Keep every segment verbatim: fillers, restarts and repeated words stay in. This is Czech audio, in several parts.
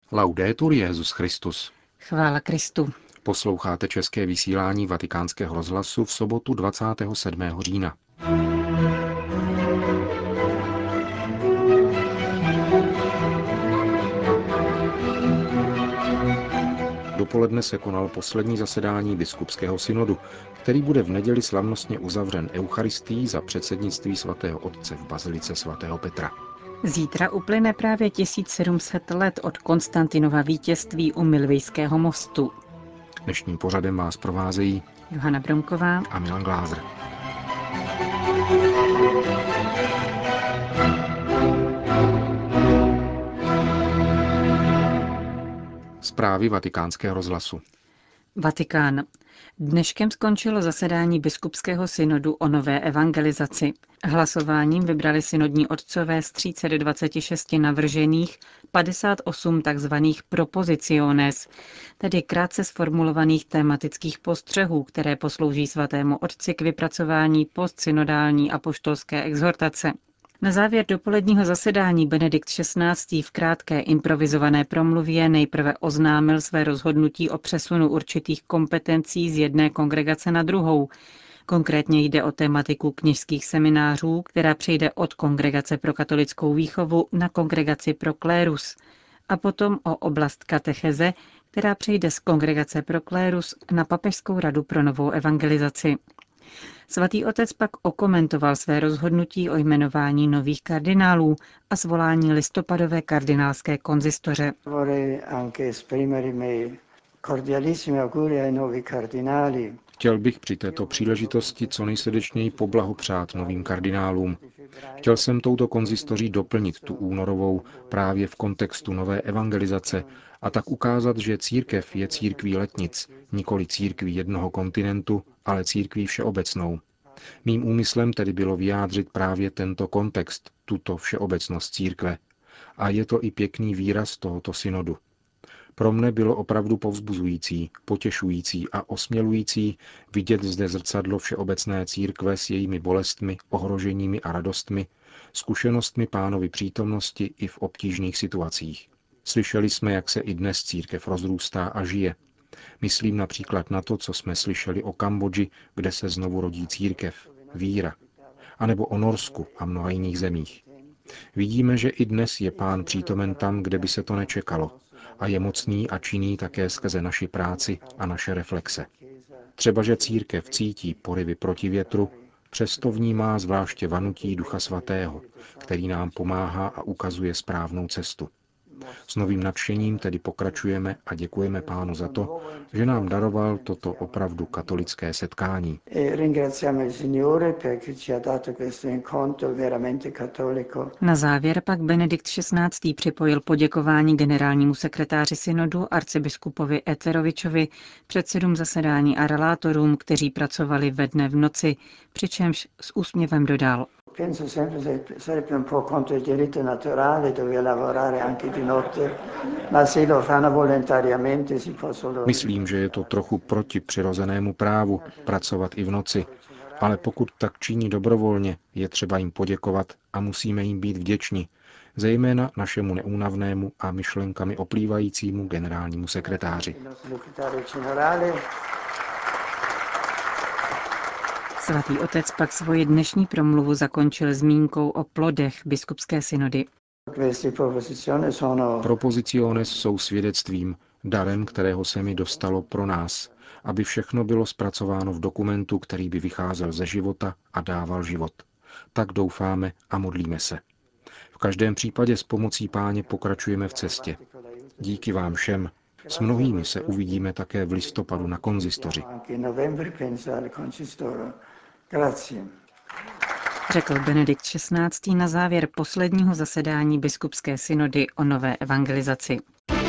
Laudetur Jesus Christus. Chvála Kristu. Posloucháte české vysílání Vatikánského rozhlasu v sobotu dvacátého sedmého října. Dopoledne se konalo poslední zasedání biskupského synodu, který bude v neděli slavnostně uzavřen eucharistií za předsednictví svatého otce v bazilice svatého Petra. Zítra uplyne právě tisíc sedm set let od Konstantinova vítězství u Milvejského mostu. Dnešním pořadem vás provázejí Johana Bronková a Milan Glázer. Zprávy Vatikánského rozhlasu. Vatikán. Dneškem skončilo zasedání biskupského synodu o nové evangelizaci. Hlasováním vybrali synodní otcové z tři sta dvacet šest navržených padesát osm tzv. Propositiones, tedy krátce sformulovaných tematických postřehů, které poslouží svatému otci k vypracování postsynodální apoštolské exhortace. Na závěr dopoledního zasedání Benedikt šestnáctý v krátké improvizované promluvě nejprve oznámil své rozhodnutí o přesunu určitých kompetencí z jedné kongregace na druhou. Konkrétně jde o tematiku kněžských seminářů, která přejde od Kongregace pro katolickou výchovu na Kongregaci pro klérus, a potom o oblast katecheze, která přejde z Kongregace pro klérus na Papežskou radu pro novou evangelizaci. Svatý otec pak okomentoval své rozhodnutí o jmenování nových kardinálů a svolání listopadové kardinálské konzistoře. Chtěl bych při této příležitosti co nejsrdečněji poblahopřát novým kardinálům. Chtěl jsem touto konzistoří doplnit tu únorovou právě v kontextu nové evangelizace a tak ukázat, že církev je církví letnic, nikoli církví jednoho kontinentu, ale církví všeobecnou. Mým úmyslem tedy bylo vyjádřit právě tento kontext, tuto všeobecnost církve. A je to i pěkný výraz tohoto synodu. Pro mne bylo opravdu povzbuzující, potěšující a osmělující vidět zde zrcadlo všeobecné církve s jejími bolestmi, ohroženími a radostmi, zkušenostmi Pánovy přítomnosti i v obtížných situacích. Slyšeli jsme, jak se i dnes církev rozrůstá a žije. Myslím například na to, co jsme slyšeli o Kambodži, kde se znovu rodí církev, víra, anebo o Norsku a mnoha jiných zemích. Vidíme, že i dnes je Pán přítomen tam, kde by se to nečekalo, a je mocný a činný také skrze naši práci a naše reflexe. Třeba, že církev cítí porivy proti větru, přesto v ní má zvláště vanutí Ducha Svatého, který nám pomáhá a ukazuje správnou cestu. S novým nadšením tedy pokračujeme a děkujeme Pánu za to, že nám daroval toto opravdu katolické setkání. Na závěr pak Benedikt šestnáctý připojil poděkování generálnímu sekretáři synodu arcibiskupovi Eterovičovi, předsedům zasedání a relátorům, kteří pracovali ve dne v noci, přičemž s úsměvem dodal. Myslím, že je to trochu proti přirozenému právu pracovat i v noci, ale pokud tak činí dobrovolně, je třeba jim poděkovat a musíme jim být vděční, zejména našemu neúnavnému a myšlenkami oplývajícímu generálnímu sekretáři. Svatý otec pak svoji dnešní promluvu zakončil zmínkou o plodech biskupské synody. Propositiones jsou svědectvím, darem, kterého se mi dostalo pro nás, aby všechno bylo zpracováno v dokumentu, který by vycházel ze života a dával život. Tak doufáme a modlíme se. V každém případě s pomocí Páně pokračujeme v cestě. Díky vám všem. S mnohými se uvidíme také v listopadu na konzistoři. Řekl Benedikt šestnáctý na závěr posledního zasedání biskupské synody o nové evangelizaci.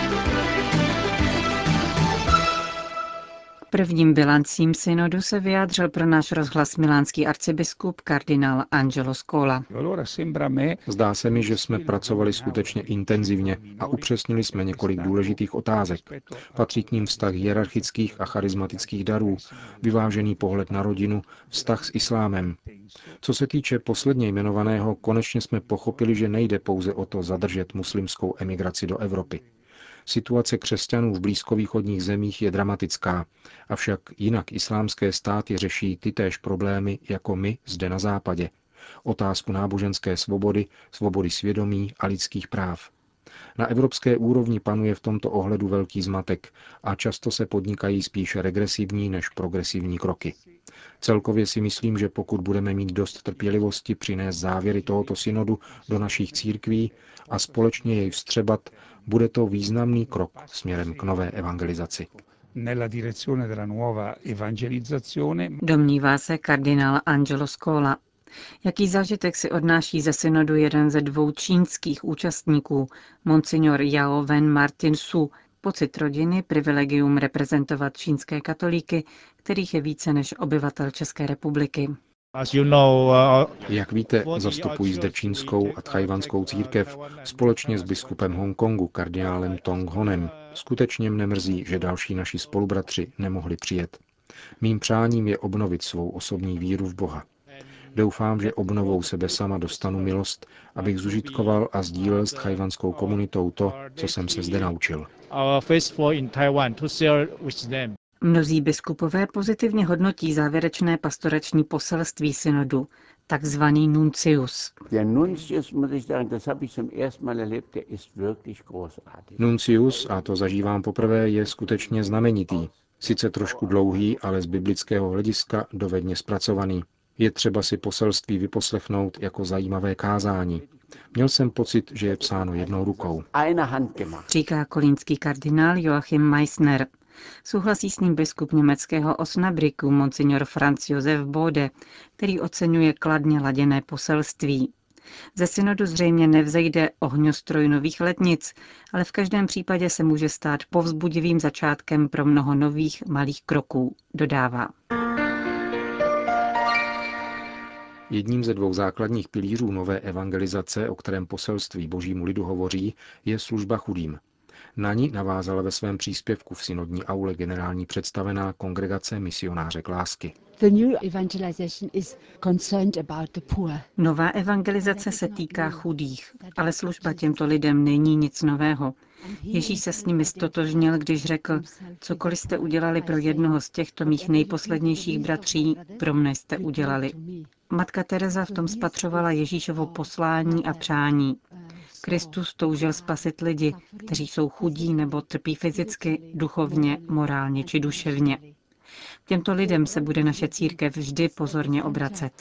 Prvním bilancím synodu se vyjádřil pro náš rozhlas milánský arcibiskup kardinál Angelo Scola. Zdá se mi, že jsme pracovali skutečně intenzivně a upřesnili jsme několik důležitých otázek. Patří k ním vztah hierarchických a charismatických darů, vyvážený pohled na rodinu, vztah s islámem. Co se týče posledně jmenovaného, konečně jsme pochopili, že nejde pouze o to zadržet muslimskou emigraci do Evropy. Situace křesťanů v blízkovýchodních zemích je dramatická, avšak jinak islámské státy řeší tytéž problémy jako my zde na západě. Otázku náboženské svobody, svobody svědomí a lidských práv. Na evropské úrovni panuje v tomto ohledu velký zmatek a často se podnikají spíše regresivní než progresivní kroky. Celkově si myslím, že pokud budeme mít dost trpělivosti přinést závěry tohoto synodu do našich církví a společně jej vstřebat, bude to významný krok směrem k nové evangelizaci. Domnívá se kardinál Angelo Scola. Jaký zážitek si odnáší ze synodu jeden ze dvou čínských účastníků, monsignor Yao Wen Martin Su, pocit rodiny, privilegium reprezentovat čínské katolíky, kterých je více než obyvatel České republiky. Jak víte, zastupují zde čínskou a tchajwanskou církev společně s biskupem Hongkongu, kardinálem Tong Honem. Skutečně mne mrzí, že další naši spolubratři nemohli přijet. Mým přáním je obnovit svou osobní víru v Boha. Doufám, že obnovou sebe sama dostanu milost, abych zužitkoval a sdílel s tchajwanskou komunitou to, co jsem se zde naučil. Mnozí biskupové pozitivně hodnotí závěrečné pastorační poselství synodu, takzvaný nuncius. Nuncius, a to zažívám poprvé, je skutečně znamenitý. Sice trošku dlouhý, ale z biblického hlediska dovedně zpracovaný. Je třeba si poselství vyposlechnout jako zajímavé kázání. Měl jsem pocit, že je psáno jednou rukou. Říká kolínský kardinál Joachim Meissner. Souhlasí s ním biskup německého Osnabrücku, monsignor Franz Josef Bode, který oceňuje kladně laděné poselství. Ze synodu zřejmě nevzejde ohňostroj nových letnic, ale v každém případě se může stát povzbudivým začátkem pro mnoho nových malých kroků, dodává. Jedním ze dvou základních pilířů nové evangelizace, o kterém poselství božímu lidu hovoří, je služba chudým. Na ní navázala ve svém příspěvku v synodní aule generální představená kongregace misionářek lásky. Nová evangelizace se týká chudých, ale služba těmto lidem není nic nového. Ježíš se s nimi stotožnil, když řekl, cokoliv jste udělali pro jednoho z těchto mých nejposlednějších bratří, pro mne jste udělali. Matka Teresa v tom spatřovala Ježíšovo poslání a přání. Kristus toužil spasit lidi, kteří jsou chudí nebo trpí fyzicky, duchovně, morálně či duševně. K těmto lidem se bude naše církev vždy pozorně obracet.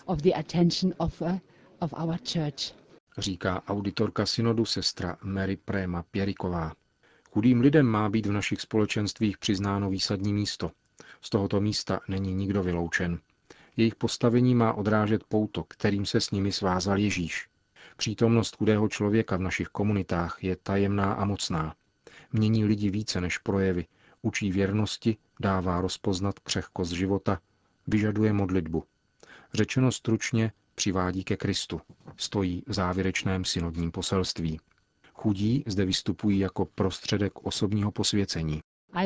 Říká auditorka synodu sestra Mary Prema Pieriková. Chudým lidem má být v našich společenstvích přiznáno výsadní místo. Z tohoto místa není nikdo vyloučen. Jejich postavení má odrážet pouto, kterým se s nimi svázal Ježíš. Přítomnost chudého člověka v našich komunitách je tajemná a mocná. Mění lidi více než projevy, učí věrnosti, dává rozpoznat křehkost života, vyžaduje modlitbu. Řečeno stručně, přivádí ke Kristu. Stojí v závěrečném synodním poselství. Chudí zde vystupují jako prostředek osobního posvěcení.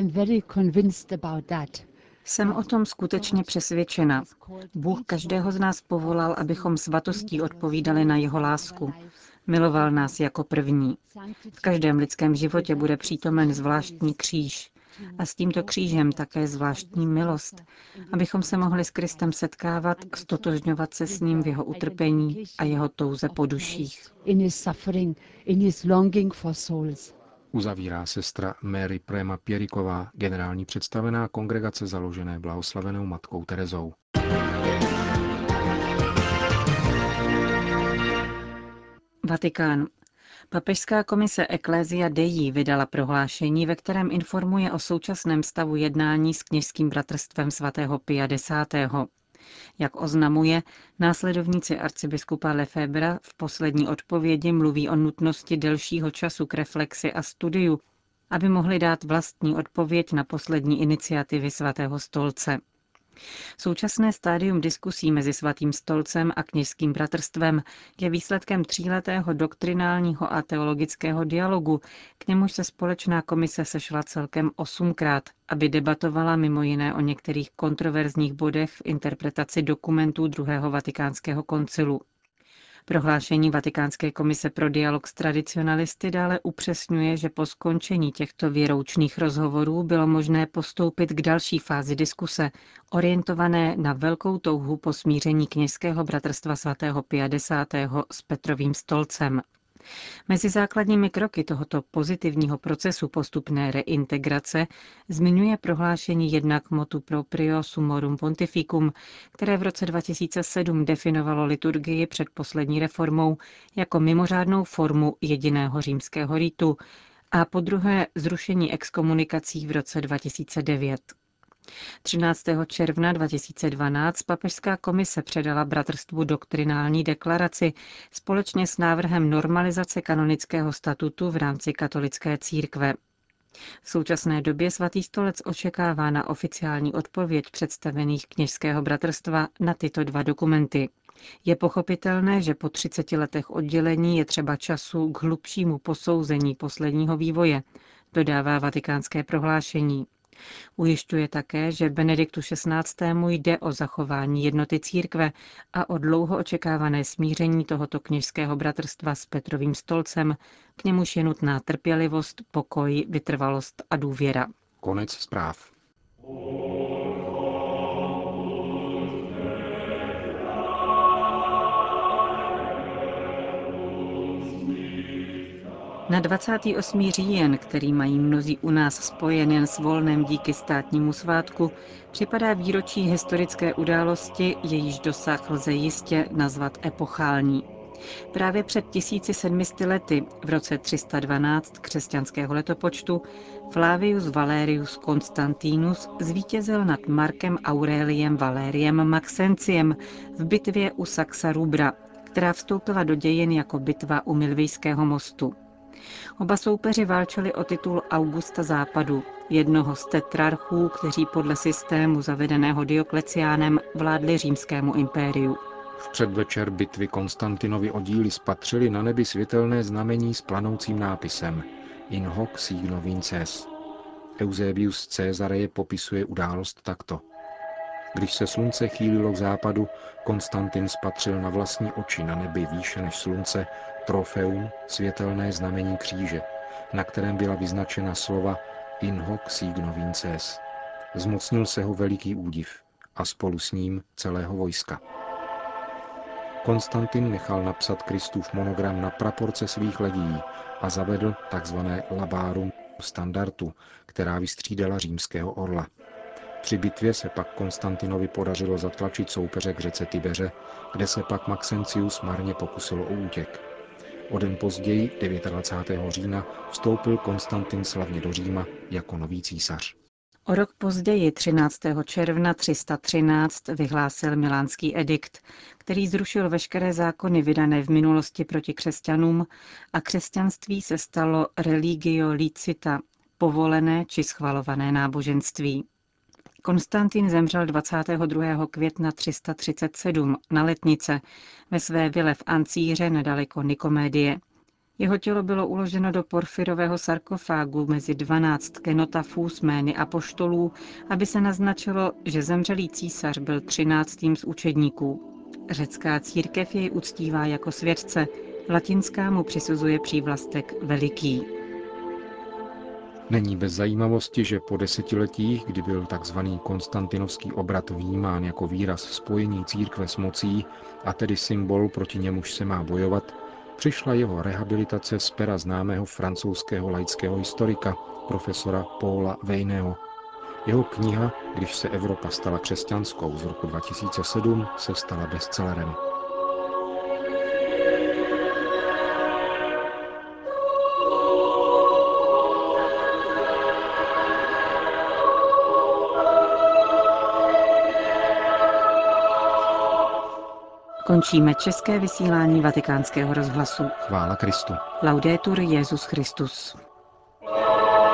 Jsem o tom skutečně přesvědčena. Bůh každého z nás povolal, abychom svatostí odpovídali na jeho lásku. Miloval nás jako první. V každém lidském životě bude přítomen zvláštní kříž. A s tímto křížem také zvláštní milost, abychom se mohli s Kristem setkávat, stotožňovat se s ním v jeho utrpení a jeho touze po duších. Uzavírá sestra Mary Prema Pieriková, generální představená kongregace založené blahoslavenou matkou Terezou. Vatikán. Papežská komise Ecclesia Dei vydala prohlášení, ve kterém informuje o současném stavu jednání s kněžským bratrstvem svatého Pia desátého. Jak oznamuje, následovníci arcibiskupa Lefebvra v poslední odpovědi mluví o nutnosti delšího času k reflexi a studiu, aby mohli dát vlastní odpověď na poslední iniciativy svatého stolce. Současné stádium diskusí mezi svatým stolcem a kněžským bratrstvem je výsledkem tříletého doktrinálního a teologického dialogu, k němuž se společná komise sešla celkem osmkrát, aby debatovala mimo jiné o některých kontroverzních bodech v interpretaci dokumentů druhého vatikánského koncilu. Prohlášení Vatikánské komise pro dialog s tradicionalisty dále upřesňuje, že po skončení těchto věroučných rozhovorů bylo možné postoupit k další fázi diskuse, orientované na velkou touhu po smíření kněžského bratrstva svatého Pia X. s Petrovým stolcem. Mezi základními kroky tohoto pozitivního procesu postupné reintegrace zmiňuje prohlášení jednak motu proprio Summorum Pontificum, které v roce dva tisíce sedm definovalo liturgii před poslední reformou jako mimořádnou formu jediného římského ritu a podruhé zrušení exkomunikací v roce dva tisíce devět. třináctého června dva tisíce dvanáct papežská komise předala bratrstvu doktrinální deklaraci společně s návrhem normalizace kanonického statutu v rámci katolické církve. V současné době svatý stolec očekává na oficiální odpověď představených kněžského bratrstva na tyto dva dokumenty. Je pochopitelné, že po třiceti letech oddělení je třeba času k hlubšímu posouzení posledního vývoje, dodává vatikánské prohlášení. Ujišťuje také, že Benediktu šestnáctému jde o zachování jednoty církve a o dlouho očekávané smíření tohoto kněžského bratrstva s Petrovým stolcem, k němuž je nutná trpělivost, pokoj, vytrvalost a důvěra. Konec zpráv. Na dvacátý osmý říjen, který mají mnozí u nás spojen jen s volnem díky státnímu svátku, připadá výročí historické události, jejíž dosah lze jistě nazvat epochální. Právě před tisíci sedmi sty lety, v roce tři sta dvanáct křesťanského letopočtu, Flavius Valerius Constantinus zvítězil nad Markem Aureliem Valériem Maxenciem v bitvě u Saxa Rubra, která vstoupila do dějin jako bitva u Milvijského mostu. Oba soupeři válčili o titul Augusta Západu, jednoho z tetrarchů, kteří podle systému zavedeného Diokleciánem vládli římskému impériu. V předvečer bitvy Konstantinovi oddíly spatřili na nebi světelné znamení s planoucím nápisem In hoc signo vinces. Eusebius z Caesareje popisuje událost takto. Když se slunce chýlilo k západu, Konstantin spatřil na vlastní oči na nebi výše než slunce trofeum, světelné znamení kříže, na kterém byla vyznačena slova In hoc signo vinces. Zmocnil se ho veliký údiv a spolu s ním celého vojska. Konstantin nechal napsat Kristův monogram na praporce svých legií a zavedl tzv. Labarum standartu, která vystřídala římského orla. Při bitvě se pak Konstantinovi podařilo zatlačit soupeře k řece Tibeře, kde se pak Maxencius marně pokusil o útěk. O den později, dvacátého devátého října, vstoupil Konstantin slavně do Říma jako nový císař. O rok později, třináctého června tři sta třináct, vyhlásil milánský edikt, který zrušil veškeré zákony vydané v minulosti proti křesťanům a křesťanství se stalo religio licita, povolené či schvalované náboženství. Konstantin zemřel dvacátého druhého května tři sta třicet sedm na Letnice ve své vile v Ancíře nedaleko Nikomédie. Jeho tělo bylo uloženo do porfyrového sarkofágu mezi dvanáct kenotafů s jmény apoštolů, aby se naznačilo, že zemřelý císař byl třináctým z učedníků. Řecká církev jej uctívá jako světce, latinská mu přisuzuje přívlastek veliký. Není bez zajímavosti, že po desetiletích, kdy byl tzv. Konstantinovský obrat vnímán jako výraz spojení církve s mocí, a tedy symbol, proti němuž se má bojovat, přišla jeho rehabilitace z pera známého francouzského laického historika, profesora Paula Veyneho. Jeho kniha, Když se Evropa stala křesťanskou z roku dva tisíce sedm, se stala bestsellerem. Končíme české vysílání Vatikánského rozhlasu. Chvála Kristu. Laudetur Jesus Christus.